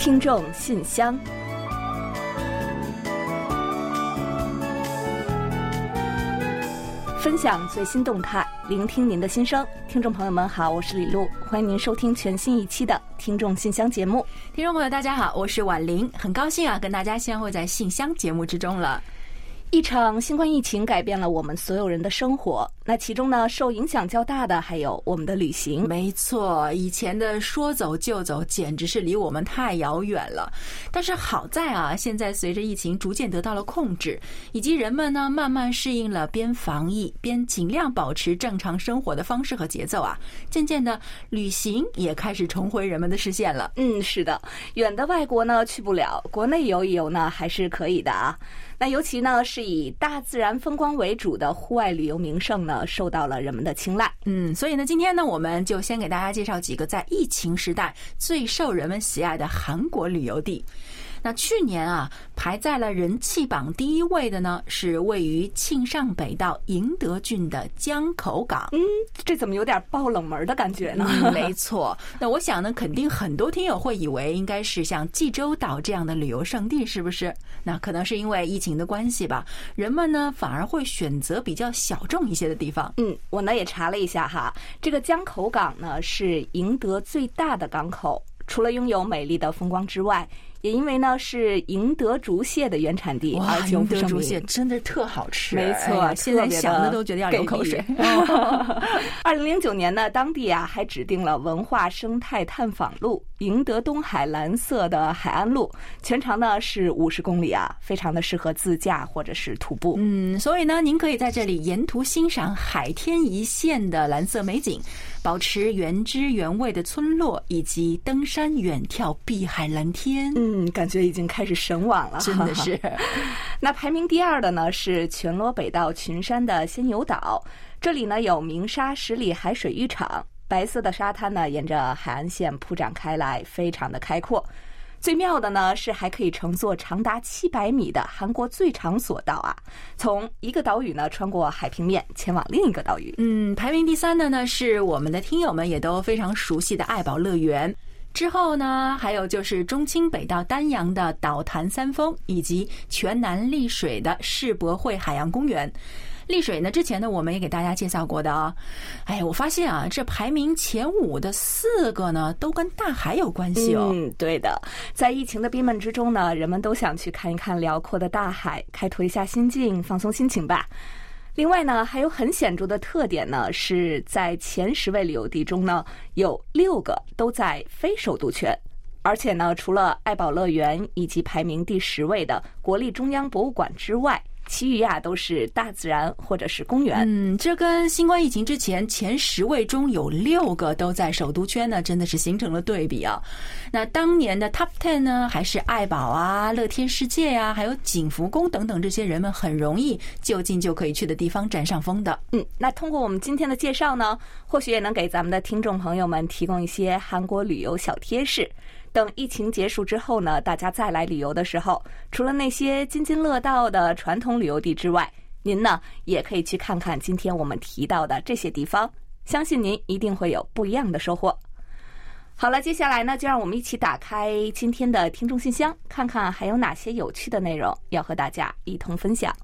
听众信箱，分享最新动态，聆听您的心声。听众朋友们好，我是李璐，欢迎您收听全新一期的听众信箱节目。 听众朋友大家好，我是婉玲，很高兴跟大家相会在信箱节目之中了。 一场新冠疫情改变了我们所有人的生活，那其中呢，受影响较大的还有我们的旅行。 没错，以前的说走就走简直是离我们太遥远了。但是好在现在随着疫情逐渐得到了控制，以及人们呢慢慢适应了边防疫边尽量保持正常生活的方式和节奏渐渐的旅行也开始重回人们的视线了。 是的，远的外国呢去不了，国内游一游呢还是可以的那尤其呢是以大自然风光为主的户外旅游名胜呢受到了人们的青睐。 所以呢今天呢我们就先给大家介绍几个在疫情时代最受人们喜爱的韩国旅游地。那去年排在了人气榜第一位的呢是位于庆尚北道迎德郡的江口港。 这怎么有点爆冷门的感觉呢？ 没错，那我想呢肯定很多听友会以为应该是像济州岛这样的旅游胜地，是不是？那可能是因为疫情的关系吧，人们呢反而会选择比较小众一些的地方。 我呢也查了一下这个江口港呢是迎德最大的港口，除了拥有美丽的风光之外，也因为呢是迎德竹蟹的原产地，而且迎德竹蟹真的特好吃。 没错， 现在想的都觉得要流口水。 2009年呢，当地还指定了文化生态探访路迎德东海蓝色的海岸路，全长呢是50公里非常的适合自驾或者是徒步。 所以呢您可以在这里沿途欣赏海天一线的蓝色美景，保持原汁原味的村落，以及登山远眺碧海蓝天。 感觉已经开始神往了， 真的是。 那排名第二的呢是全罗北道群山的仙游岛，这里呢有鸣沙10里海水浴场，白色的沙滩呢沿着海岸线铺展开来，非常的开阔。最妙的呢是还可以乘坐长达700米的韩国最长索道从一个岛屿呢穿过海平面前往另一个岛屿。 排名第三的呢是我们的听友们也都非常熟悉的爱宝乐园。之后呢还有就是中清北道丹阳的岛潭三峰，以及全南丽水的世博会海洋公园。丽水呢之前呢我们也给大家介绍过的我发现这排名前5的4个呢都跟大海有关系对的，在疫情的逼闷之中呢，人们都想去看一看辽阔的大海，开拓一下心境，放松心情吧。另外呢还有很显著的特点呢，是在前10位旅游地中呢有6个都在非首都圈，而且呢除了爱宝乐园以及排名第10位的国立中央博物馆之外，其余都是大自然或者是公园。 这跟新冠疫情之前前10位中有6个都在首都圈呢，真的是形成了对比那当年的 Top 10呢，还是爱宝乐天世界还有景福宫等等这些人们很容易就近就可以去的地方占上风的。 那通过我们今天的介绍呢，或许也能给咱们的听众朋友们提供一些韩国旅游小贴士。等疫情结束之后呢，大家再来旅游的时候，除了那些津津乐道的传统旅游地之外，您呢也可以去看看今天我们提到的这些地方，相信您一定会有不一样的收获。好了，接下来呢就让我们一起打开今天的听众信箱，看看还有哪些有趣的内容要和大家一同分享。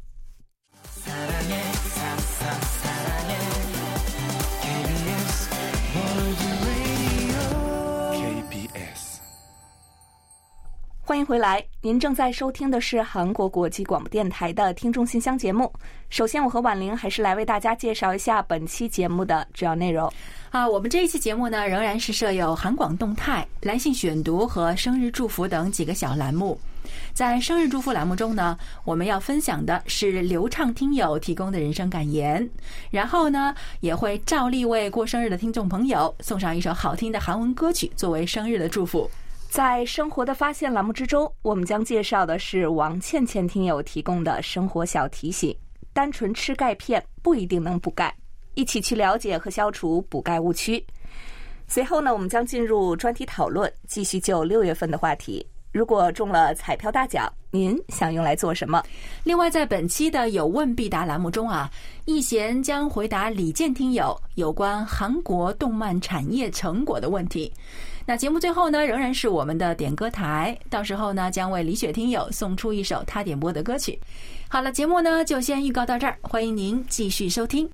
欢迎回来，您正在收听的是韩国国际广播电台的听众信箱节目。首先我和婉玲还是来为大家介绍一下本期节目的主要内容。 我们这一期节目呢仍然是设有韩广动态、来信选读和生日祝福等几个小栏目。在生日祝福栏目中呢，我们要分享的是流畅听友提供的人生感言，然后呢也会照例为过生日的听众朋友送上一首好听的韩文歌曲作为生日的祝福。 在生活的发现栏目之中，我们将介绍的是王倩倩听友提供的生活小提醒，单纯吃钙片不一定能补钙，一起去了解和消除补钙误区。随后呢，我们将进入专题讨论，继续就6月份的话题。如果中了彩票大奖，您想用来做什么？ 另外，在本期的有问必答栏目中易贤将回答李健听友有关韩国动漫产业成果的问题。 那节目最后呢，仍然是我们的点歌台，到时候呢，将为李雪听友送出一首他点播的歌曲。好了，节目呢就先预告到这儿，欢迎您继续收听。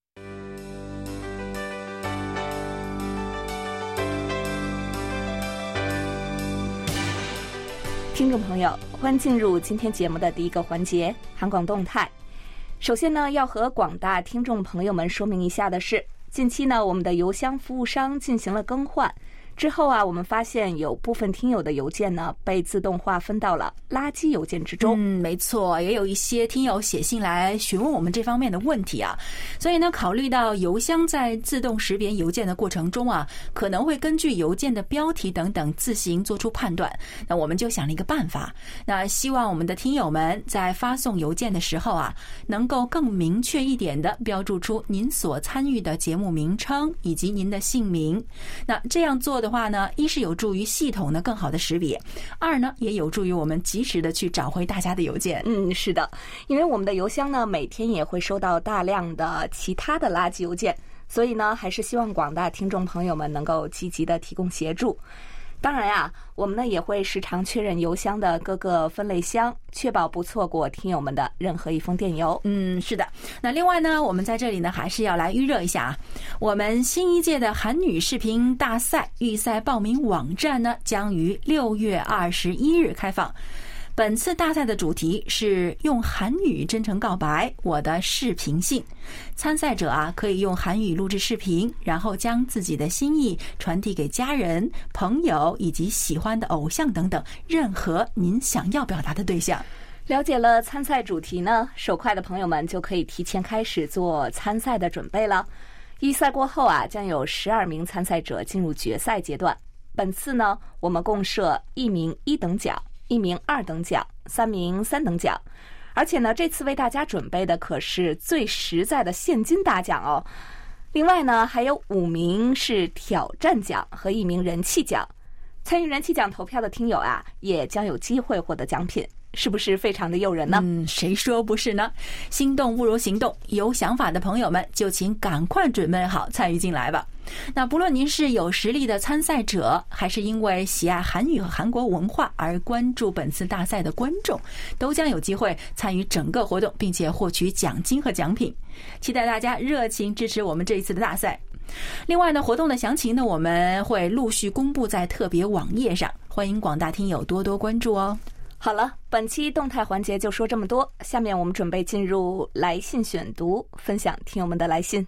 听众朋友，欢迎进入今天节目的第一个环节——韩广动态。首先呢，要和广大听众朋友们说明一下的是，近期呢，我们的邮箱服务商进行了更换。之后啊，我们发现有部分听友的邮件呢被自动划分到了垃圾邮件之中。 没错，也有一些听友写信来询问我们这方面的问题啊。所以呢，考虑到邮箱在自动识别邮件的过程中啊，可能会根据邮件的标题等等自行做出判断。那我们就想了一个办法，那希望我们的听友们在发送邮件的时候啊，能够更明确一点的标注出您所参与的节目名称以及您的姓名。那这样做的话呢，一是有助于系统的更好的识别，二呢也有助于我们及时的去找回大家的邮件。 是的，因为我们的邮箱呢每天也会收到大量的其他的垃圾邮件，所以呢还是希望广大听众朋友们能够积极的提供协助。当然啊，我们呢也会时常确认邮箱的各个分类箱，确保不错过听友们的任何一封电邮。 是的。那另外呢，我们在这里呢还是要来预热一下啊，我们新一届的韩语视频大赛预赛报名网站呢将于6月21日开放。本次大赛的主题是用韩语真诚告白我的视频信。参赛者啊可以用韩语录制视频，然后将自己的心意传递给家人、朋友以及喜欢的偶像等等任何您想要表达的对象。 了解了参赛主题呢，手快的朋友们就可以提前开始做参赛的准备了。预赛过后啊，将有12名参赛者进入决赛阶段。本次呢，我们共设1名1等奖、1名2等奖、3名3等奖，而且呢，这次为大家准备的可是最实在的现金大奖哦。另外呢，还有5名是挑战奖和1名人气奖。参与人气奖投票的听友啊，也将有机会获得奖品。是不是非常的诱人呢？ 谁说不是呢？心动不如行动，有想法的朋友们就请赶快准备好参与进来吧。那不论您是有实力的参赛者，还是因为喜爱韩语和韩国文化而关注本次大赛的观众，都将有机会参与整个活动，并且获取奖金和奖品。期待大家热情支持我们这一次的大赛。另外呢，活动的详情呢，我们会陆续公布在特别网页上，欢迎广大听友多多关注哦。 好了，本期动态环节就说这么多，下面我们准备进入来信选读，分享听友们的来信。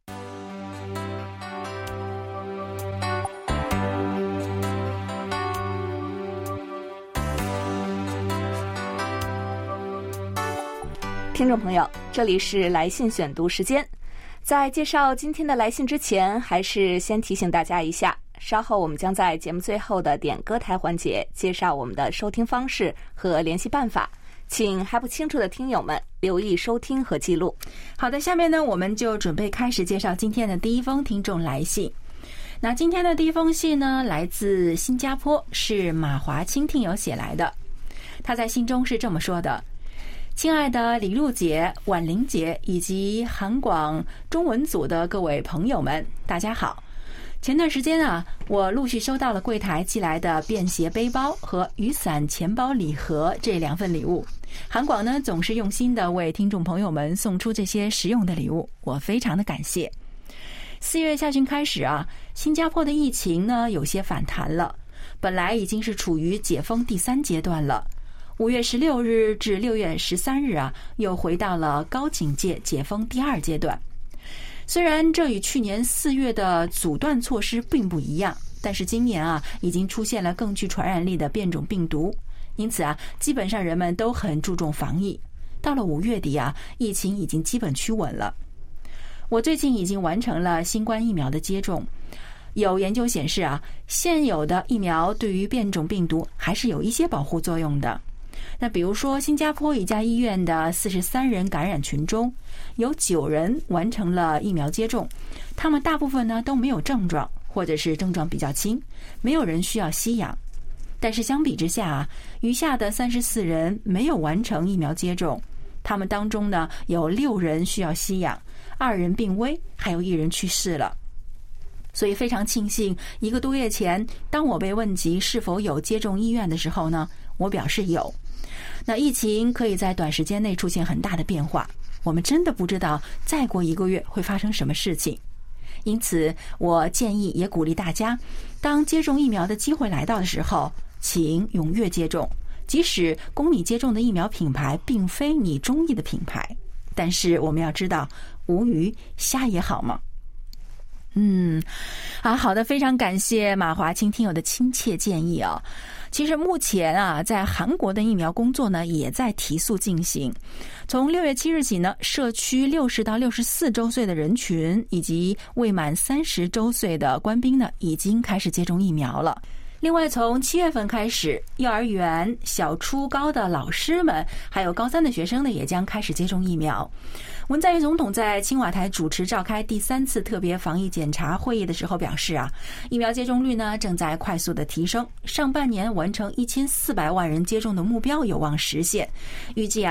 听众朋友，这里是来信选读时间。在介绍今天的来信之前，还是先提醒大家一下，稍后我们将在节目最后的点歌台环节介绍我们的收听方式和联系办法，请还不清楚的听友们留意收听和记录。 好的，下面呢，我们就准备开始介绍今天的第一封听众来信。那今天的第一封信呢，来自新加坡，是马华清听友写来的。他在信中是这么说的：亲爱的李璐姐、婉玲姐以及韩广中文组的各位朋友们，大家好。前段时间啊，我陆续收到了柜台寄来的便携背包和雨伞钱包礼盒这2份礼物。韩广呢总是用心的为听众朋友们送出这些实用的礼物，我非常的感谢。4月下旬开始啊，新加坡的疫情呢有些反弹了，本来已经是处于解封第3阶段了。5月16日至6月13日啊，又回到了高警戒解封第2阶段。虽然这与去年4月的阻断措施并不一样，但是今年啊，已经出现了更具传染力的变种病毒，因此啊，基本上人们都很注重防疫。到了5月底啊，疫情已经基本趋稳了。我最近已经完成了新冠疫苗的接种，有研究显示啊，现有的疫苗对于变种病毒还是有一些保护作用的。那比如说，新加坡一家医院的43人感染群中，有9人完成了疫苗接种，他们大部分呢都没有症状，或者是症状比较轻，没有人需要吸氧。但是相比之下啊，余下的34人没有完成疫苗接种，他们当中呢有6人需要吸氧，2人病危，还有1人去世了。 所以非常庆幸1个多月前，当我被问及是否有接种意愿的时候呢，我表示有。那疫情可以在短时间内出现很大的变化，我们真的不知道再过1个月会发生什么事情。因此我建议也鼓励大家，当接种疫苗的机会来到的时候，请踊跃接种，即使供你接种的疫苗品牌并非你中意的品牌，但是我们要知道，无鱼虾也好嘛。好的，非常感谢马华清听友的亲切建议啊。其实目前在韩国的疫苗工作呢也在提速进行。从6月7日起呢，社区60到64周岁的人群以及未满30周岁的官兵呢，已经开始接种疫苗了。另外，从7月份开始，幼儿园、小初高的老师们，还有高3的学生呢，也将开始接种疫苗。文在寅总统在青瓦台主持召开第3次特别防疫检查会议的时候表示疫苗接种率呢正在快速的提升，上半年完成1400万人接种的目标有望实现。预计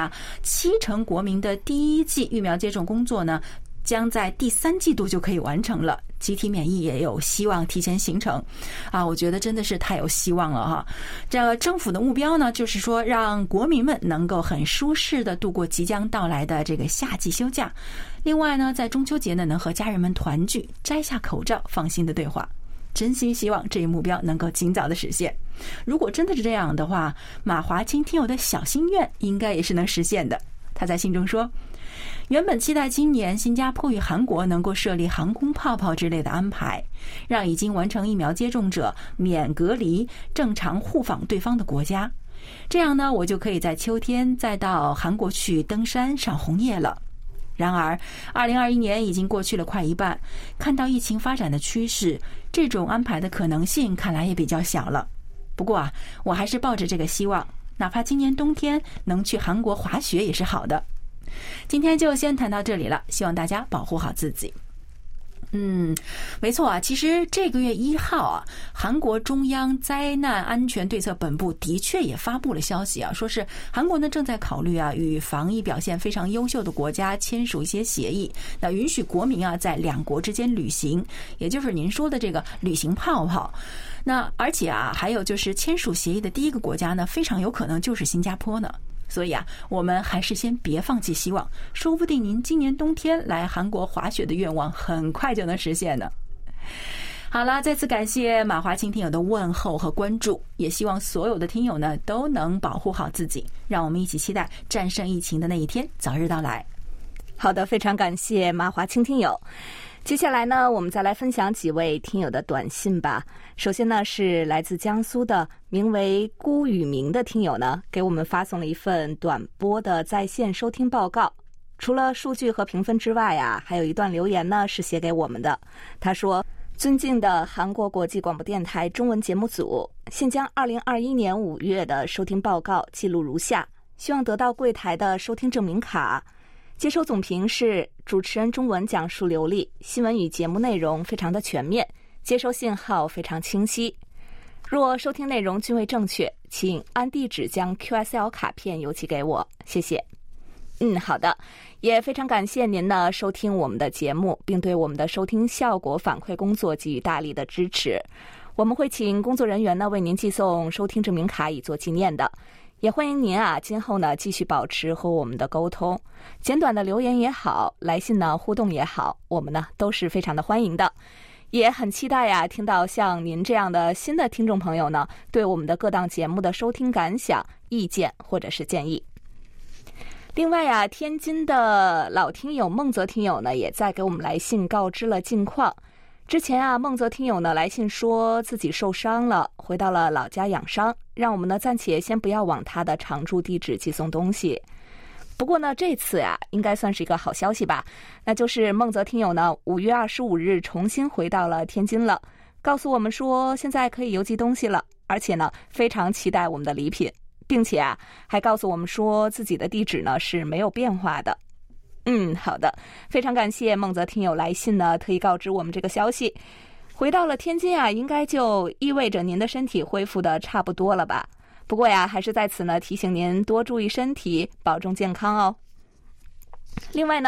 70%国民的第1剂疫苗接种工作呢，将在第3季度就可以完成了，集体免疫也有希望提前形成我觉得真的是太有希望了哈。这个政府的目标呢，就是说让国民们能够很舒适的度过即将到来的这个夏季休假。另外呢，在中秋节呢，能和家人们团聚，摘下口罩，放心的对话。真心希望这一目标能够尽早的实现。如果真的是这样的话，马华清听友的小心愿应该也是能实现的。他在信中说，原本期待今年新加坡与韩国能够设立航空泡泡之类的安排，让已经完成疫苗接种者免隔离，正常互访对方的国家。这样呢，我就可以在秋天再到韩国去登山赏红叶了。然而2021年已经过去了快一半，看到疫情发展的趋势，这种安排的可能性看来也比较小了。不过我还是抱着这个希望，哪怕今年冬天能去韩国滑雪也是好的。今天就先谈到这里了，希望大家保护好自己。没错其实这个月1号韩国中央灾难安全对策本部的确也发布了消息说是韩国呢正在考虑与防疫表现非常优秀的国家签署一些协议，那允许国民在2国之间旅行，也就是您说的这个旅行泡泡。那而且还有就是签署协议的第一个国家呢，非常有可能就是新加坡呢。所以我们还是先别放弃希望，说不定您今年冬天来韩国滑雪的愿望很快就能实现呢。好了，再次感谢马华清听友的问候和关注，也希望所有的听友呢都能保护好自己，让我们一起期待战胜疫情的那一天早日到来。 好的，非常感谢马华清听友。接下来呢，我们再来分享几位听友的短信吧。首先呢，是来自江苏的名为辜雨明的听友呢，给我们发送了一份短波的在线收听报告。除了数据和评分之外还有一段留言呢是写给我们的。他说，尊敬的韩国国际广播电台中文节目组，现将2021年5月的收听报告记录如下，希望得到柜台的收听证明卡。接收总评是主持人中文讲述流利，新闻与节目内容非常的全面，接收信号非常清晰。若收听内容均未正确，请按地址将 QSL 卡片邮寄给我，谢谢。好的，也非常感谢您呢收听我们的节目，并对我们的收听效果反馈工作给予大力的支持。我们会请工作人员呢为您寄送收听证明卡以作纪念的。也欢迎您今后呢继续保持和我们的沟通，简短的留言也好，来信呢互动也好，我们呢都是非常的欢迎的。也很期待听到像您这样的新的听众朋友呢对我们的各档节目的收听感想、意见或者是建议。另外天津的老听友孟泽听友呢也在给我们来信告知了近况。之前孟泽听友呢来信说自己受伤了，回到了老家养伤，让我们呢暂且先不要往他的常住地址寄送东西。不过呢这次应该算是一个好消息吧，那就是孟泽听友呢5月25日重新回到了天津了，告诉我们说现在可以邮寄东西了，而且呢非常期待我们的礼品，并且还告诉我们说自己的地址呢是没有变化的。好的，非常感谢孟泽听友来信呢特意告知我们这个消息。回到了天津应该就意味着您的身体恢复的差不多了吧。不过还是在此呢提醒您多注意身体，保重健康哦。另外呢，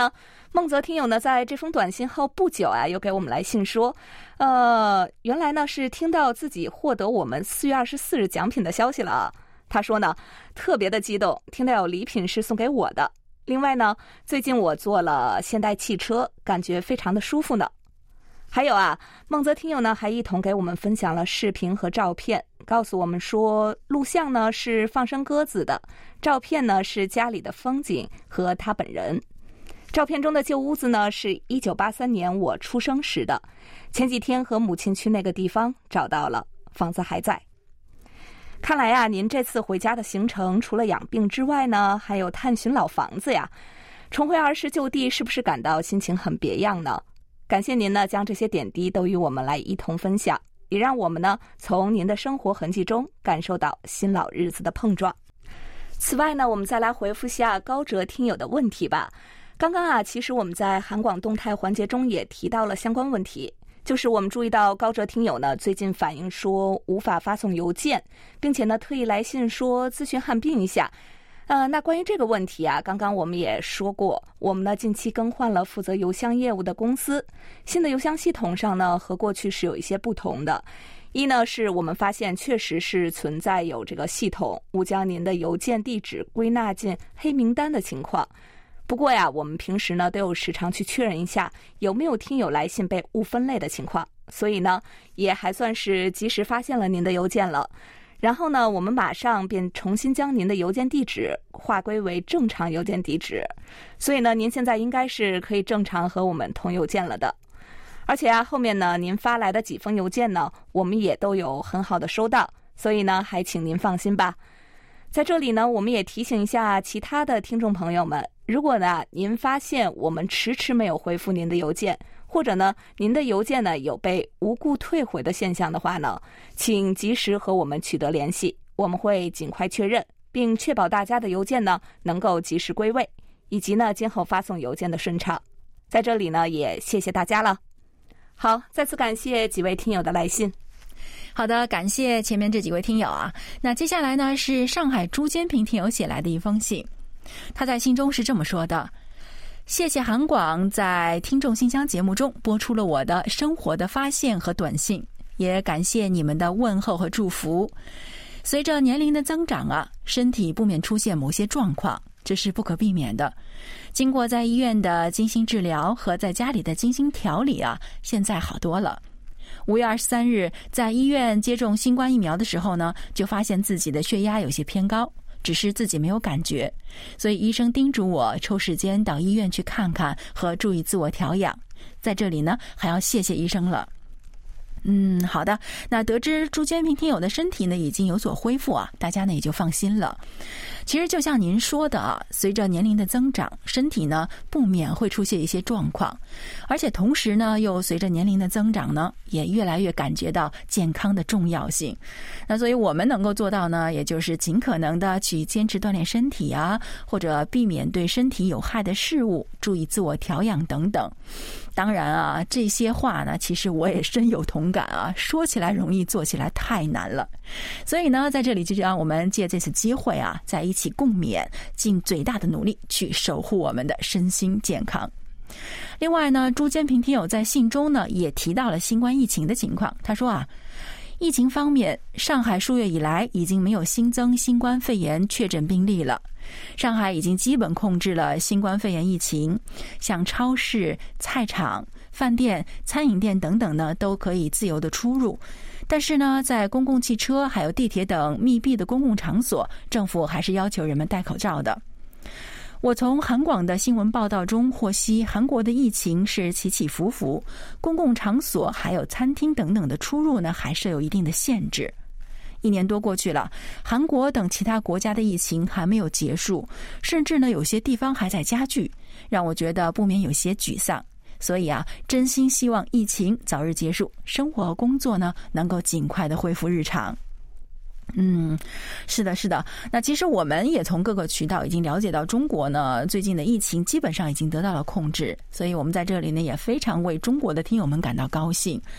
孟泽听友呢，在这封短信后不久啊，又给我们来信说，原来呢是听到自己获得我们4月24日奖品的消息了。他说呢，特别的激动，听到有礼品是送给我的。另外呢，最近我坐了现代汽车，感觉非常的舒服呢。还有啊，孟泽听友呢还一同给我们分享了视频和照片，告诉我们说，录像呢是放生鸽子的，照片呢是家里的风景和他本人。照片中的旧屋子呢是1983年我出生时的，前几天和母亲去那个地方找到了，房子还在。看来啊，您这次回家的行程除了养病之外呢，还有探寻老房子呀。重回儿时旧地，是不是感到心情很别样呢？感谢您呢，将这些点滴都与我们来一同分享，也让我们呢从您的生活痕迹中感受到新老日子的碰撞。此外呢，我们再来回复下高哲听友的问题吧。刚刚啊，其实我们在韩广动态环节中也提到了相关问题，就是我们注意到高哲听友呢最近反映说无法发送邮件，并且呢特意来信说咨询汉病一下。那关于这个问题啊，刚刚我们也说过，我们呢近期更换了负责邮箱业务的公司，新的邮箱系统上呢和过去是有一些不同的。一呢是我们发现确实是存在有这个系统误将您的邮件地址归纳进黑名单的情况。不过呀，我们平时呢都有时常去确认一下有没有听友来信被误分类的情况，所以呢也还算是及时发现了您的邮件了。然后呢，我们马上便重新将您的邮件地址划归为正常邮件地址，所以呢您现在应该是可以正常和我们通邮件了的。而且啊，后面呢您发来的几封邮件呢，我们也都有很好的收到，所以呢还请您放心吧。在这里呢，我们也提醒一下其他的听众朋友们，如果呢您发现我们迟迟没有回复您的邮件，或者呢您的邮件呢有被无故退回的现象的话呢，请及时和我们取得联系，我们会尽快确认，并确保大家的邮件呢能够及时归位，以及呢今后发送邮件的顺畅。在这里呢也谢谢大家了。好，再次感谢几位听友的来信。 好的，感谢前面这几位听友啊。那接下来呢是上海朱坚平听友写来的一封信，他在信中是这么说的：谢谢韩广在听众信箱节目中播出了我的生活的发现和短信，也感谢你们的问候和祝福。随着年龄的增长啊，身体不免出现某些状况，这是不可避免的。经过在医院的精心治疗和在家里的精心调理啊，现在好多了。5月23日在医院接种新冠疫苗的时候呢，就发现自己的血压有些偏高，只是自己没有感觉，所以医生叮嘱我抽时间到医院去看看和注意自我调养。在这里呢，还要谢谢医生了。好的，那得知朱坚平听友的身体呢已经有所恢复啊，大家呢也就放心了。其实就像您说的啊，随着年龄的增长，身体呢不免会出现一些状况，而且同时呢又随着年龄的增长呢，也越来越感觉到健康的重要性。那所以我们能够做到呢，也就是尽可能的去坚持锻炼身体啊，或者避免对身体有害的事物，注意自我调养等等。当然啊，这些话呢其实我也深有同感啊，说起来容易，做起来太难了。所以呢，在这里就让我们借这次机会啊，在一起共勉，尽最大的努力去守护我们的身心健康。另外呢，朱坚平听友在信中呢也提到了新冠疫情的情况。他说啊，疫情方面，上海数月以来已经没有新增新冠肺炎确诊病例了。上海已经基本控制了新冠肺炎疫情，像超市、菜场、饭店、餐饮店等等呢，都可以自由的出入。但是呢，在公共汽车还有地铁等密闭的公共场所，政府还是要求人们戴口罩的。我从韩广的新闻报道中获悉，韩国的疫情是起起伏伏，公共场所还有餐厅等等的出入呢，还是有一定的限制。1年多过去了，韩国等其他国家的疫情还没有结束，甚至呢有些地方还在加剧，让我觉得不免有些沮丧。所以啊，真心希望疫情早日结束，生活和工作呢能够尽快的恢复日常。是的。那其实我们也从各个渠道已经了解到，中国呢最近的疫情基本上已经得到了控制，所以我们在这里呢也非常为中国的听友们感到高兴。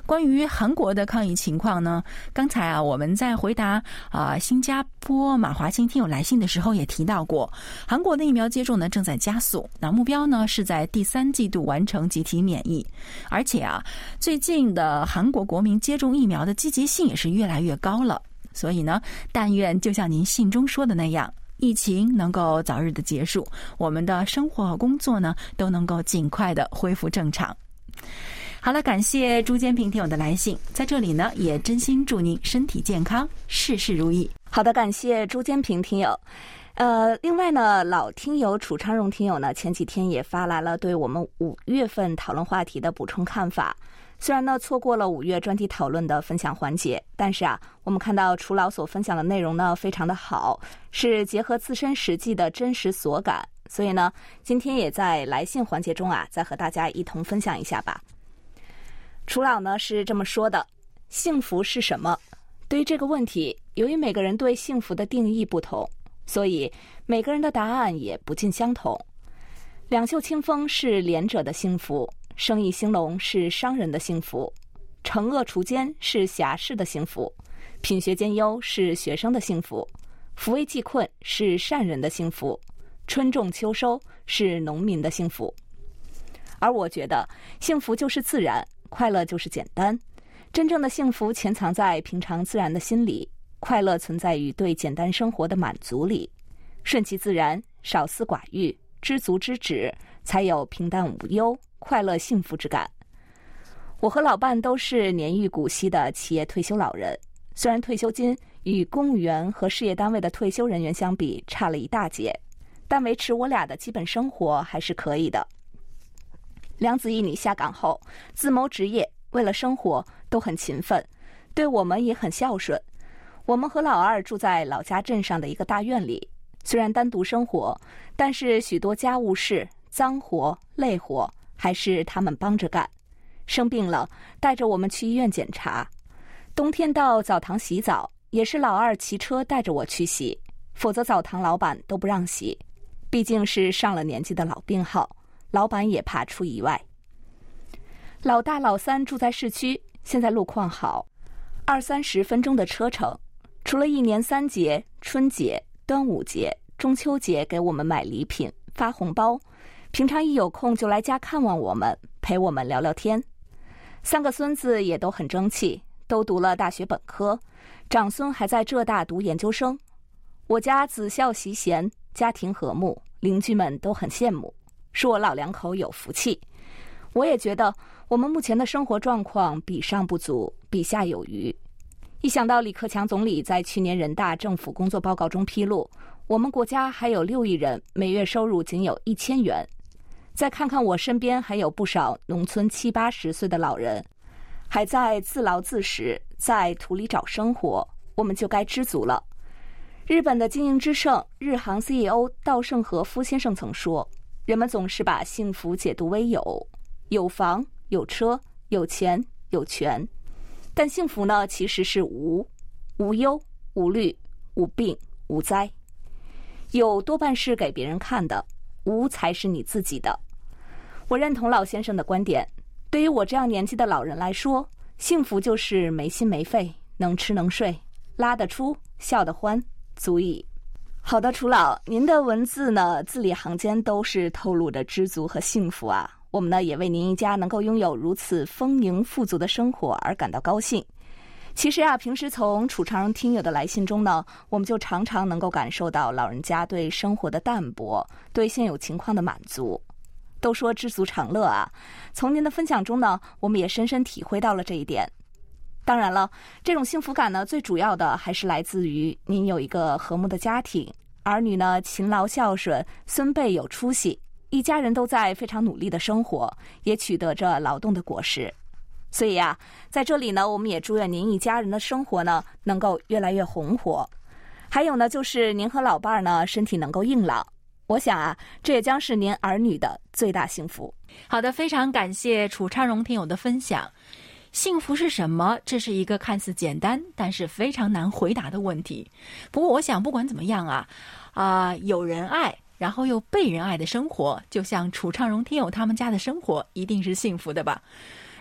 关于韩国的抗疫情况呢，刚才我们在回答新加坡马华清听友来信的时候也提到过，韩国的疫苗接种呢正在加速，那目标呢是在第3季度完成集体免疫。而且最近的韩国国民接种疫苗的积极性也是越来越高了。所以呢，但愿就像您信中说的那样，疫情能够早日的结束，我们的生活和工作呢都能够尽快的恢复正常。好了，感谢朱坚平听友的来信，在这里呢也真心祝您身体健康，事事如意。 好的，感谢朱坚平听友。另外呢，老听友楚昌荣听友呢前几天也发来了对我们5月份讨论话题的补充看法。虽然呢错过了5月专题讨论的分享环节，但是我们看到楚老所分享的内容呢非常的好，是结合自身实际的真实所感，所以呢今天也在来信环节中再和大家一同分享一下吧。楚老呢是这么说的：幸福是什么？对于这个问题，由于每个人对幸福的定义不同，所以每个人的答案也不尽相同。两袖清风是廉者的幸福，生意兴隆是商人的幸福，惩恶除奸是侠士的幸福，品学兼优是学生的幸福，扶危济困是善人的幸福，春种秋收是农民的幸福。而我觉得幸福就是自然，快乐就是简单，真正的幸福潜藏在平常自然的心里，快乐存在于对简单生活的满足里，顺其自然，少思寡欲，知足知止，才有平淡无忧、快乐幸福之感。我和老伴都是年逾古稀的企业退休老人，虽然退休金与公务员和事业单位的退休人员相比差了一大截，但维持我俩的基本生活还是可以的。梁子一女下岗后自谋职业，为了生活都很勤奋，对我们也很孝顺。我们和老二住在老家镇上的一个大院里，虽然单独生活，但是许多家务事、脏活、累活还是他们帮着干。生病了带着我们去医院检查，冬天到澡堂洗澡也是老二骑车带着我去洗，否则澡堂老板都不让洗，毕竟是上了年纪的老病号，老板也怕出意外。老大老三住在市区，现在路况好，20-30分钟的车程，除了1年3节、春节、端午节、中秋节给我们买礼品、发红包，平常一有空就来家看望我们，陪我们聊聊天。3个孙子也都很争气，都读了大学本科，长孙还在浙大读研究生。我家子孝媳贤，家庭和睦，邻居们都很羡慕，说我老两口有福气。我也觉得我们目前的生活状况比上不足，比下有余。一想到李克强总理在去年人大政府工作报告中披露，我们国家还有6亿人每月收入仅有1000元，再看看我身边还有不少农村70-80岁的老人，还在自劳自食，在土里找生活，我们就该知足了。日本的经营之圣日航 CEO 稻盛和夫先生曾说，人们总是把幸福解读为有房、有车、有钱、有权，但幸福呢，其实是无忧、无虑、无病、无灾。有多半是给别人看的，无才是你自己的。我认同老先生的观点，对于我这样年纪的老人来说，幸福就是没心没肺，能吃能睡，拉得出，笑得欢，足矣。好的，楚老，您的文字呢，字里行间都是透露着知足和幸福啊。我们呢，也为您一家能够拥有如此丰盈富足的生活而感到高兴。其实平时从楚长荣听友的来信中呢，我们就常常能够感受到老人家对生活的淡泊，对现有情况的满足。都说知足常乐从您的分享中呢，我们也深深体会到了这一点。当然了，这种幸福感呢，最主要的还是来自于您有一个和睦的家庭，儿女呢勤劳孝顺，孙辈有出息，一家人都在非常努力的生活，也取得着劳动的果实。所以在这里呢，我们也祝愿您一家人的生活呢能够越来越红火。还有呢，就是您和老伴儿呢身体能够硬朗。我想这也将是您儿女的最大幸福。 好的，非常感谢楚昌荣听友的分享。幸福是什么？这是一个看似简单，但是非常难回答的问题。不过我想不管怎么样有人爱，然后又被人爱的生活，就像楚昌荣听友他们家的生活，一定是幸福的吧。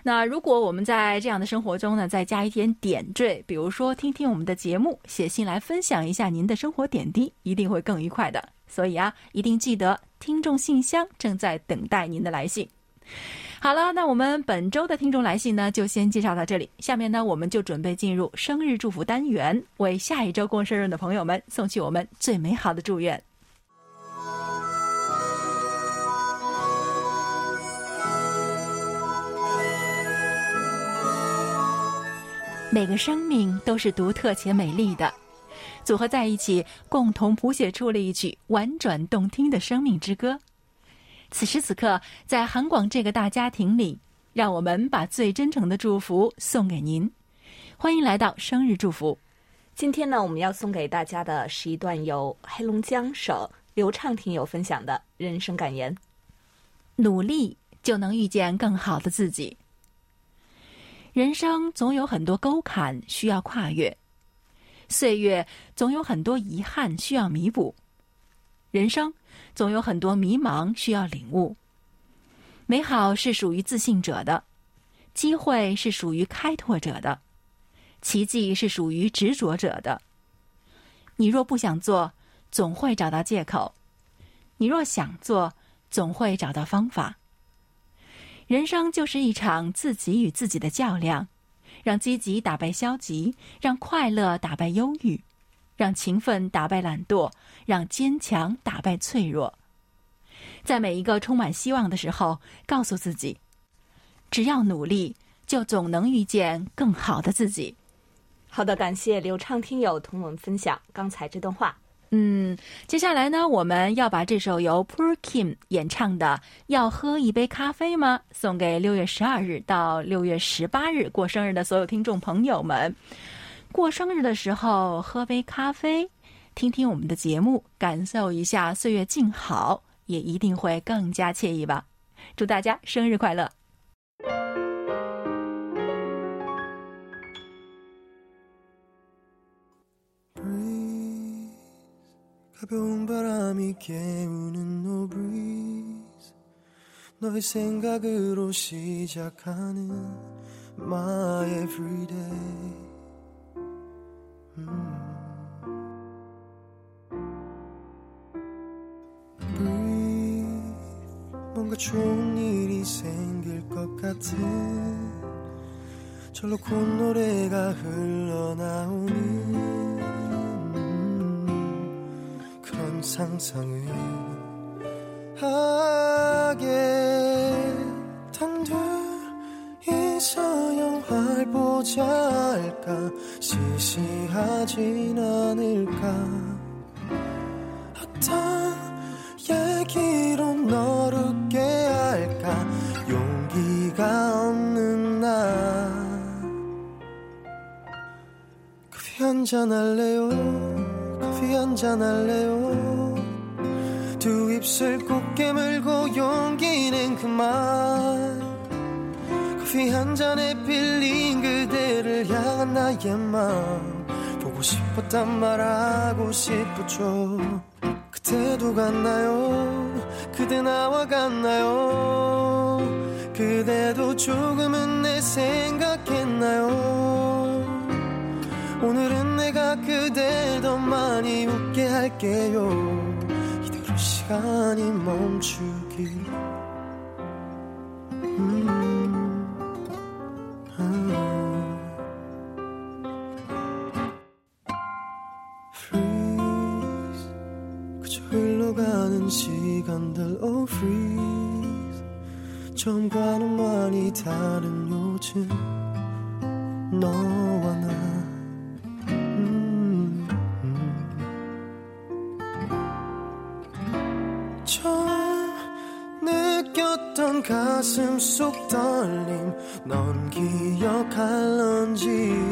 那如果我们在这样的生活中呢，再加一点点缀，比如说听听我们的节目，写信来分享一下您的生活点滴，一定会更愉快的。所以啊，一定记得听众信箱正在等待您的来信。好了，那我们本周的听众来信呢，就先介绍到这里。下面呢，我们就准备进入生日祝福单元，为下一周过生日的朋友们送去我们最美好的祝愿。每个生命都是独特且美丽的，组合在一起，共同谱写出了一曲婉转动听的生命之歌。此时此刻，在韩广这个大家庭里，让我们把最真诚的祝福送给您。欢迎来到生日祝福。 今天呢，我们要送给大家的是一段由黑龙江省刘畅听友分享的人生感言： 努力就能遇见更好的自己。人生总有很多沟坎需要跨越，岁月总有很多遗憾需要弥补，人生总有很多迷茫需要领悟。美好是属于自信者的，机会是属于开拓者的，奇迹是属于执着者的。你若不想做，总会找到借口；你若想做，总会找到方法。人生就是一场自己与自己的较量，让积极打败消极，让快乐打败忧郁，让勤奋打败懒惰，让坚强打败脆弱。在每一个充满希望的时候，告诉自己，只要努力，就总能遇见更好的自己。 好的，感谢刘畅听友同我们分享刚才这段话。 接下来呢，我们要把这首由 Poor Kim 演唱的《要喝一杯咖啡吗》送给6月12日到6月18日过生日的所有听众朋友们。过生日的时候喝杯咖啡，听听我们的节目，感受一下岁月静好，也一定会更加惬意吧。祝大家生日快乐。 가벼운 바람이 깨우는 no breeze 너의 생각으로 시작하는 my everyday breathe 뭔가 좋은 일이 생길 것 같은 절로 콧노래가 흘러나오는 상상을 하게 단둘이서 영화를 보자 할까 시시하진 않을까 어떤 얘기로 너를 웃게 할까 용기가 없는 나 커피 한잔 할래요 커피 한잔 할래요 두 입술 꼭 깨물고 용기는 그만 커피 한 잔에 빌린 그대를 향한 나의 마음 보고 싶었단 말하고 싶었죠 그때도 같나요 그대 나와 같나요 그대도 조금은 내 생각했나요 오늘은 내가 그댈 더 많이 웃게 할게요 이대로 시간이 멈추길 Freeze 그저 흘러가는 시간들 Oh freeze 처음과는 많이 다른 요즘 너와 나 느꼈던 가슴 속 떨림 넌 기억할런지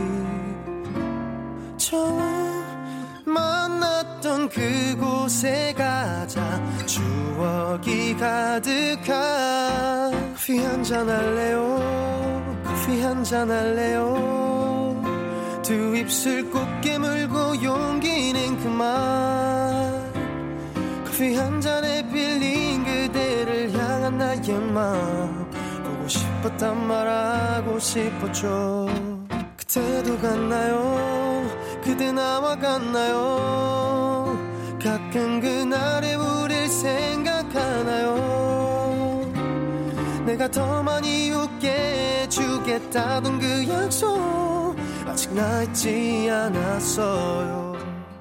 처음 만났던 그곳에 가자 추억이 가득한 커피 한잔 할래요 커피 한잔 할래요 두 입술 꼭 깨물고 용기는 그만 커피 한 잔에 빌린 그대를 향한 나의 마음 보고 싶었단 말하고 싶었죠. 그때도 같나요? 그대 나와 같나요? 가끔 그날의 우릴 생각하나요? 내가 더 많이 웃게 해주겠다던 그 약속 아직 나 잊지 않았어요.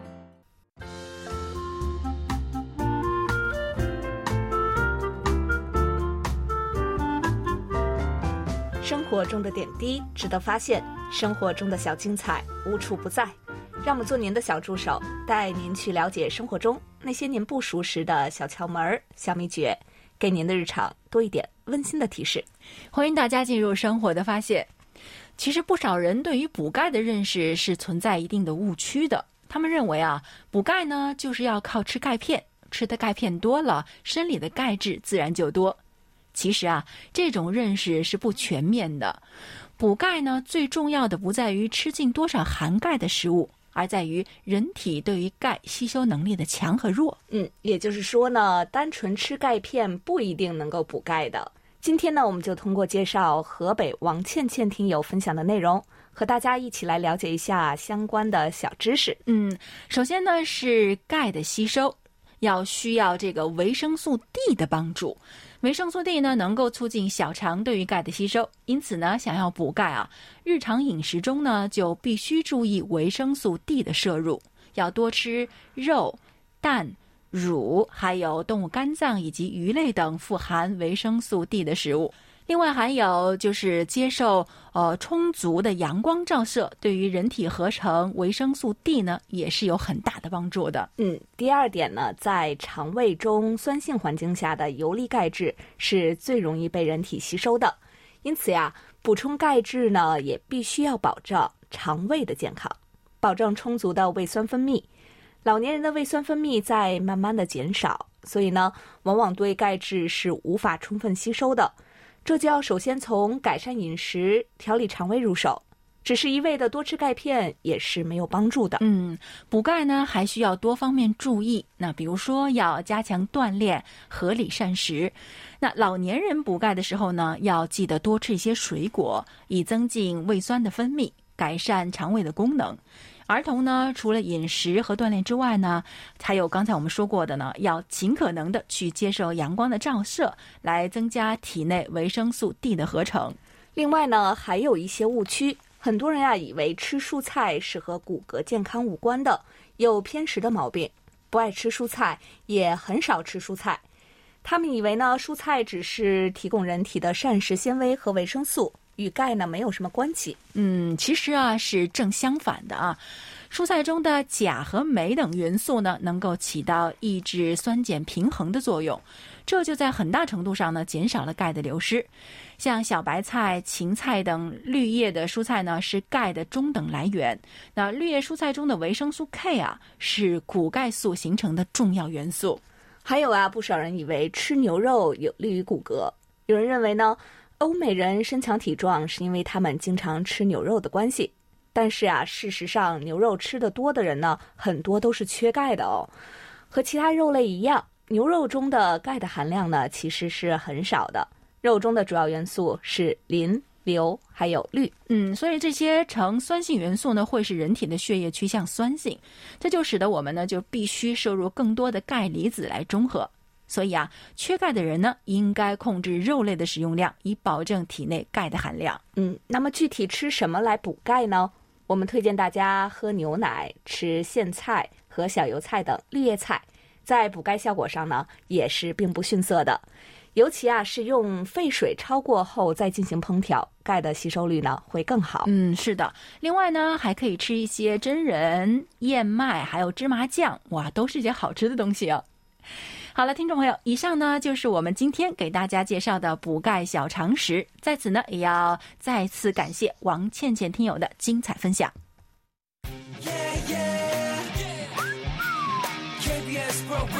生活中的点滴值得发现，生活中的小精彩无处不在。让我们做您的小助手，带您去了解生活中那些您不熟识的小窍门、小秘诀，给您的日常多一点温馨的提示。 欢迎大家进入生活的发现。其实不少人对于补钙的认识是存在一定的误区的，他们认为补钙呢就是要靠吃钙片，吃的钙片多了，身里的钙质自然就多。其实这种认识是不全面的。补钙呢，最重要的不在于吃进多少含钙的食物，而在于人体对于钙吸收能力的强和弱。 也就是说呢，单纯吃钙片不一定能够补钙的。今天呢，我们就通过介绍河北王倩倩听友分享的内容，和大家一起来了解一下相关的小知识。 首先呢是钙的吸收，需要这个维生素 D 的帮助。维生素 D 呢能够促进小肠对于钙的吸收，因此呢想要补钙日常饮食中呢就必须注意维生素 D 的摄入，要多吃肉、蛋、乳，还有动物肝脏以及鱼类等富含维生素 D 的食物。另外还有就是接受充足的阳光照射，对于人体合成维生素 D 呢也是有很大的帮助的。 第二点呢，在肠胃中酸性环境下的游离钙质是最容易被人体吸收的，因此补充钙质呢也必须要保障肠胃的健康，保证充足的胃酸分泌。老年人的胃酸分泌在慢慢的减少，所以呢往往对钙质是无法充分吸收的。这就要首先从改善饮食、调理肠胃入手，只是一味的多吃钙片也是没有帮助的。 补钙呢还需要多方面注意，那比如说要加强锻炼，合理膳食。那老年人补钙的时候呢，要记得多吃一些水果，以增进胃酸的分泌，改善肠胃的功能。儿童呢，除了饮食和锻炼之外呢，还有刚才我们说过的呢，要尽可能的去接受阳光的照射，来增加体内维生素 D 的合成。 另外呢，还有一些误区，很多人以为吃蔬菜是和骨骼健康无关的，有偏食的毛病，不爱吃蔬菜，也很少吃蔬菜。他们以为呢，蔬菜只是提供人体的膳食纤维和维生素，与钙呢没有什么关系。 其实是正相反的蔬菜中的钾和镁等元素呢，能够起到抑制酸碱平衡的作用，这就在很大程度上呢减少了钙的流失。像小白菜、芹菜等绿叶的蔬菜呢，是钙的中等来源。那绿叶蔬菜中的维生素 K 是骨钙素形成的重要元素。 还有不少人以为吃牛肉有利于骨骼，有人认为呢，欧美人身强体壮是因为他们经常吃牛肉的关系，但是事实上牛肉吃得多的人呢，很多都是缺钙的和其他肉类一样，牛肉中的钙的含量呢其实是很少的。肉中的主要元素是磷、硫还有氯。 所以这些呈酸性元素呢，会使人体的血液趋向酸性，这就使得我们呢就必须摄入更多的钙离子来中和。所以缺钙的人呢，应该控制肉类的使用量，以保证体内钙的含量。 那么具体吃什么来补钙呢？我们推荐大家喝牛奶、吃苋菜和小油菜等绿叶菜，在补钙效果上呢，也是并不逊色的。尤其是用沸水焯过后再进行烹调，钙的吸收率呢会更好。 是的。另外呢，还可以吃一些榛仁、燕麦还有芝麻酱，都是一些好吃的东西好了，听众朋友，以上呢就是我们今天给大家介绍的补钙小常识。在此呢，也要再次感谢王倩倩听友的精彩分享。KBS World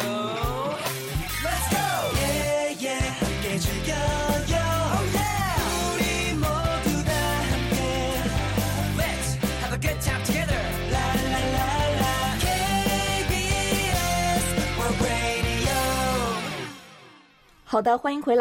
Radio。Let's go。우리 모두 다 함께 Let's have a good time together。 好的，欢迎回来，这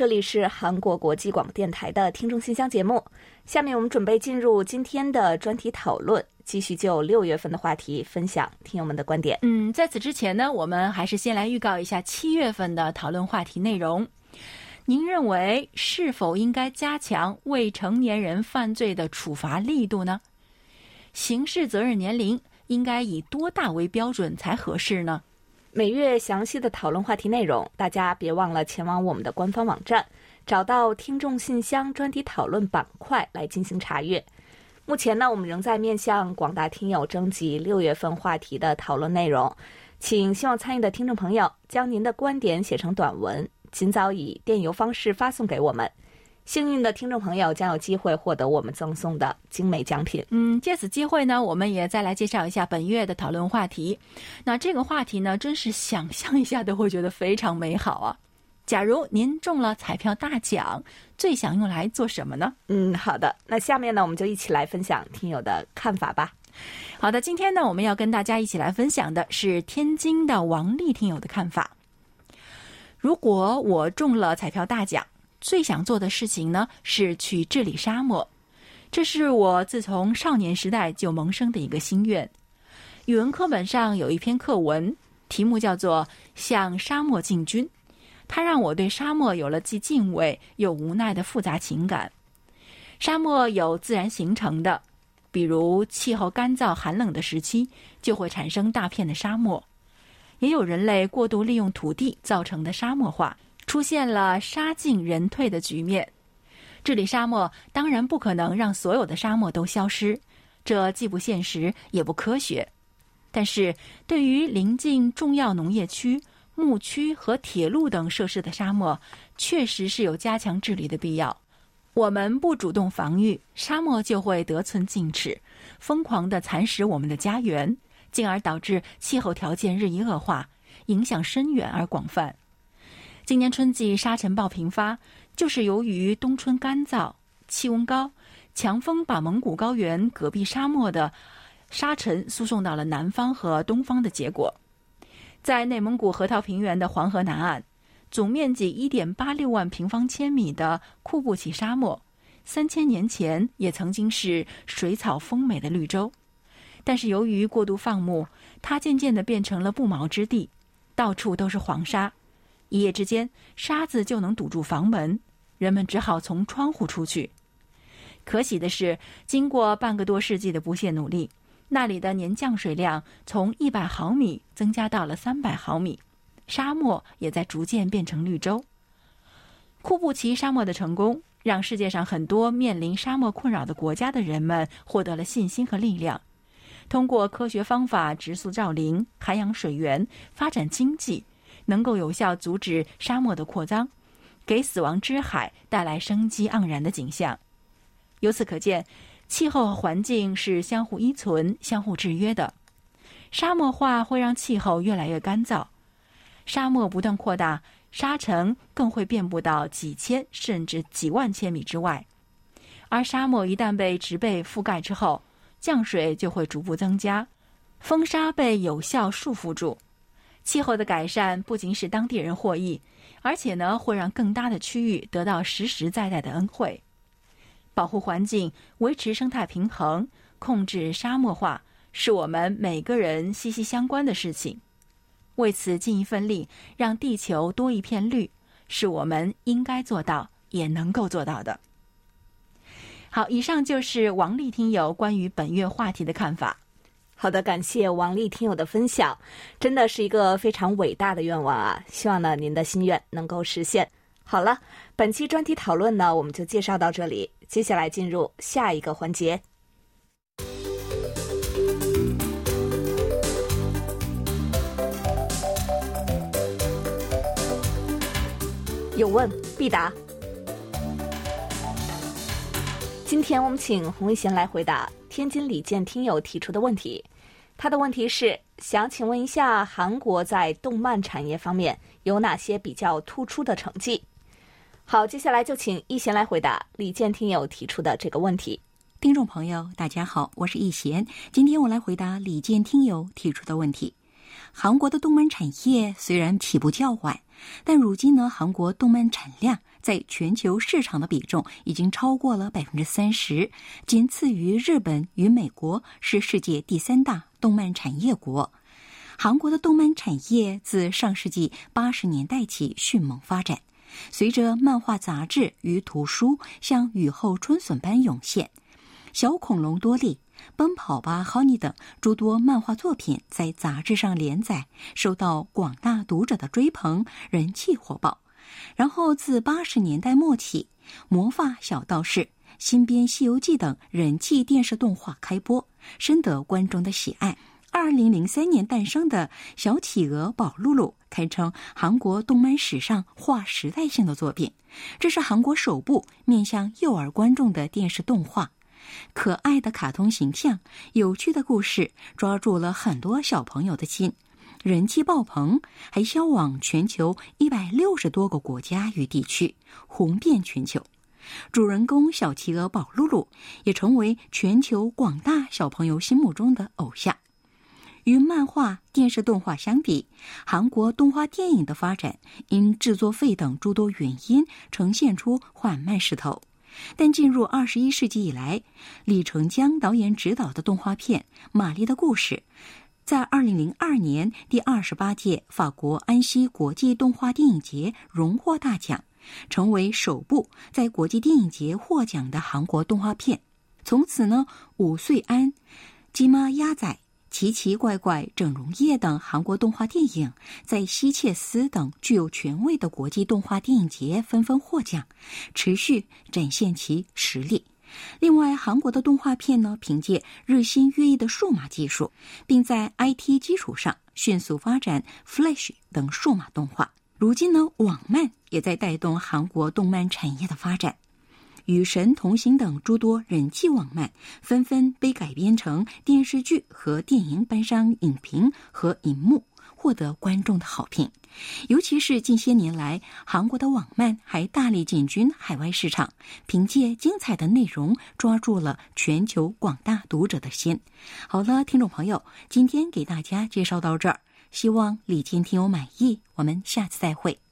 这里是韩国国际广播电台的听众信箱节目。下面我们准备进入今天的专题讨论，继续就6月份的话题分享听友们的观点。 在此之前呢，我们还是先来预告一下7月份的讨论话题内容。您认为是否应该加强未成年人犯罪的处罚力度呢？刑事责任年龄应该以多大为标准才合适呢？ 每月详细的讨论话题内容，大家别忘了前往我们的官方网站，找到听众信箱专题讨论板块来进行查阅。目前呢，我们仍在面向广大听友征集6月份话题的讨论内容，请希望参与的听众朋友将您的观点写成短文，尽早以电邮方式发送给我们。幸运的听众朋友将有机会获得我们赠送的精美奖品。 借此机会呢，我们也再来介绍一下本月的讨论话题。那这个话题呢，真是想象一下都会觉得非常美好啊。假如您中了彩票大奖，最想用来做什么呢？ 好的，那下面呢，我们就一起来分享听友的看法吧。 好的，今天呢，我们要跟大家一起来分享的是天津的王丽听友的看法。如果我中了彩票大奖，最想做的事情呢，是去治理沙漠。这是我自从少年时代就萌生的一个心愿。语文课本上有一篇课文，题目叫做《向沙漠进军》，它让我对沙漠有了既敬畏又无奈的复杂情感。沙漠有自然形成的，比如气候干燥寒冷的时期就会产生大片的沙漠，也有人类过度利用土地造成的沙漠化，出现了沙尽人退的局面。治理沙漠当然不可能让所有的沙漠都消失，这既不现实也不科学。但是对于临近重要农业区、牧区和铁路等设施的沙漠，确实是有加强治理的必要。我们不主动防御，沙漠就会得寸进尺，疯狂地蚕食我们的家园，进而导致气候条件日益恶化，影响深远而广泛。今年春季沙尘暴频发，就是由于冬春干燥、气温高，强风把蒙古高原戈壁沙漠的沙尘输送到了南方和东方的结果。在内蒙古河套平原的黄河南岸，总面积 1.86 万平方千米的库布齐沙漠，3000年前也曾经是水草丰美的绿洲，但是由于过度放牧，它渐渐地变成了不毛之地，到处都是黄沙。一夜之间，沙子就能堵住房门，人们只好从窗户出去。可喜的是，经过半个多世纪的不懈努力，那里的年降水量从100毫米增加到了300毫米，沙漠也在逐渐变成绿洲。库布齐沙漠的成功，让世界上很多面临沙漠困扰的国家的人们获得了信心和力量。通过科学方法植树造林、涵养水源、发展经济，能够有效阻止沙漠的扩张，给死亡之海带来生机盎然的景象。由此可见，气候和环境是相互依存、相互制约的。沙漠化会让气候越来越干燥，沙漠不断扩大，沙尘更会遍布到几千甚至几万千米之外。而沙漠一旦被植被覆盖之后，降水就会逐步增加，风沙被有效束缚住。气候的改善不仅使当地人获益，而且呢，会让更大的区域得到实实在在的恩惠。保护环境、维持生态平衡、控制沙漠化，是我们每个人息息相关的事情。为此尽一份力，让地球多一片绿，是我们应该做到，也能够做到的。好，以上就是王丽听友关于本月话题的看法。 好的，感谢王丽听友的分享，真的是一个非常伟大的愿望啊！希望呢您的心愿能够实现。好了，本期专题讨论呢我们就介绍到这里，接下来进入下一个环节。有问必答。今天我们请洪一贤来回答天津李健听友提出的问题。他的问题是想请问一下，韩国在动漫产业方面有哪些比较突出的成绩？好，接下来就请一贤来回答李健听友提出的这个问题。 听众朋友大家好，我是一贤，今天我来回答李健听友提出的问题。 韩国的动漫产业虽然起步较晚，但如今呢，韩国动漫产量在全球市场的比重已经超过了 30%， 仅次于日本与美国，是世界第3大动漫产业国。韩国的动漫产业自上世纪80年代起迅猛发展，随着漫画杂志与图书像雨后春笋般涌现，小恐龙多利、奔跑吧 Honey 等诸多漫画作品在杂志上连载，受到广大读者的追捧，人气火爆。然后自80年代末起，魔法小道士、新编西游记等人气电视动画开播，深得观众的喜爱。2003年诞生的小企鹅宝露露堪称韩国动漫史上划时代性的作品，这是韩国首部面向幼儿观众的电视动画。可爱的卡通形象，有趣的故事，抓住了很多小朋友的心，人气爆棚，还销往全球160多个国家与地区，红遍全球。主人公小企鹅宝露露也成为全球广大小朋友心目中的偶像。与漫画、电视动画相比，韩国动画电影的发展因制作费等诸多原因呈现出缓慢势头。但进入21世纪以来，李成江导演执导的动画片《玛丽的故事》在2002年第28届法国安锡国际动画电影节荣获大奖，成为首部在国际电影节获奖的韩国动画片。从此呢，5岁安、鸡妈鸭仔、奇奇怪怪整容夜等韩国动画电影在希切斯等具有权威的国际动画电影节纷纷获奖，持续展现其实力。另外，韩国的动画片呢，凭借日新月异的数码技术，并在 IT 基础上迅速发展 Flash 等数码动画。如今呢，网漫也在带动韩国动漫产业的发展。与神同行等诸多人气网漫纷纷被改编成电视剧和电影，搬上影屏和荧幕，获得观众的好评。尤其是近些年来，韩国的网漫还大力进军海外市场，凭借精彩的内容抓住了全球广大读者的心。好了，听众朋友，今天给大家介绍到这儿，希望李健听友满意，我们下次再会。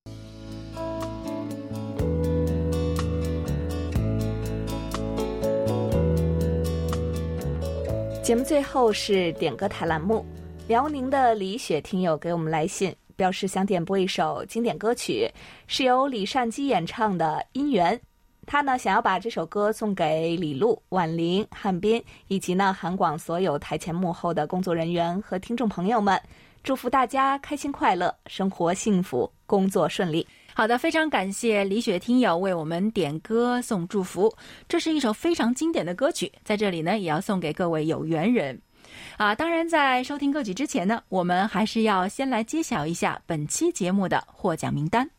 节目最后是点歌台栏目，辽宁的李雪听友给我们来信，表示想点播一首经典歌曲，是由李善基演唱的《姻缘》。他呢想要把这首歌送给李璐、婉玲、汉斌以及呢韩广所有台前幕后的工作人员和听众朋友们，祝福大家开心快乐，生活幸福，工作顺利。 好的，非常感谢李雪听友为我们点歌送祝福，这是一首非常经典的歌曲，在这里呢也要送给各位有缘人当然在收听歌曲之前呢，我们还是要先来揭晓一下本期节目的获奖名单。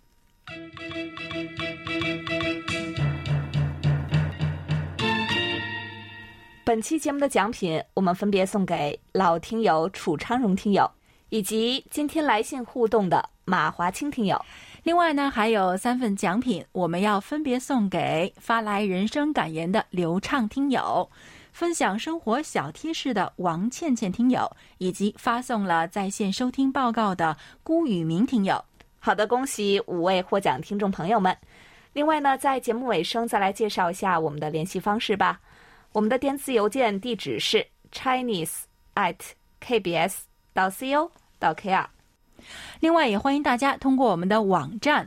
本期节目的奖品我们分别送给老听友楚昌荣听友，以及今天来信互动的马华清听友。 另外呢，还有3份奖品，我们要分别送给发来人生感言的刘畅听友，分享生活小贴士的王倩倩听友，以及发送了在线收听报告的辜宇明听友。 好的，恭喜5位获奖听众朋友们。另外呢，在节目尾声再来介绍一下我们的联系方式吧。我们的电子邮件地址是 chinese@kbs.co.kr。 另外也欢迎大家通过我们的网站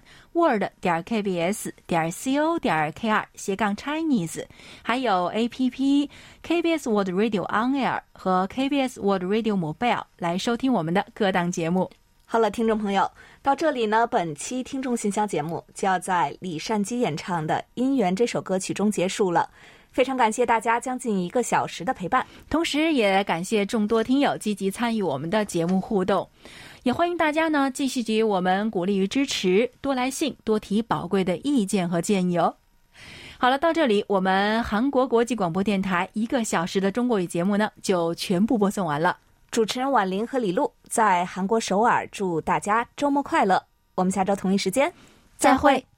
word.kbs.co.kr/Chinese， 还有 APP KBS World Radio On Air 和 KBS World Radio Mobile 来收听我们的各档节目。 好了，听众朋友，到这里呢，本期听众信箱节目就要在李善基演唱的《姻缘》这首歌曲中结束了。非常感谢大家将近1个小时的陪伴， 同时也感谢众多听友积极参与我们的节目互动，也欢迎大家呢继续给予我们鼓励与支持，多来信，多提宝贵的意见和建议哦。好了，到这里我们韩国国际广播电台1个小时的中国语节目呢就全部播送完了。 主持人婉玲和李璐在韩国首尔祝大家周末快乐，我们下周同一时间再会。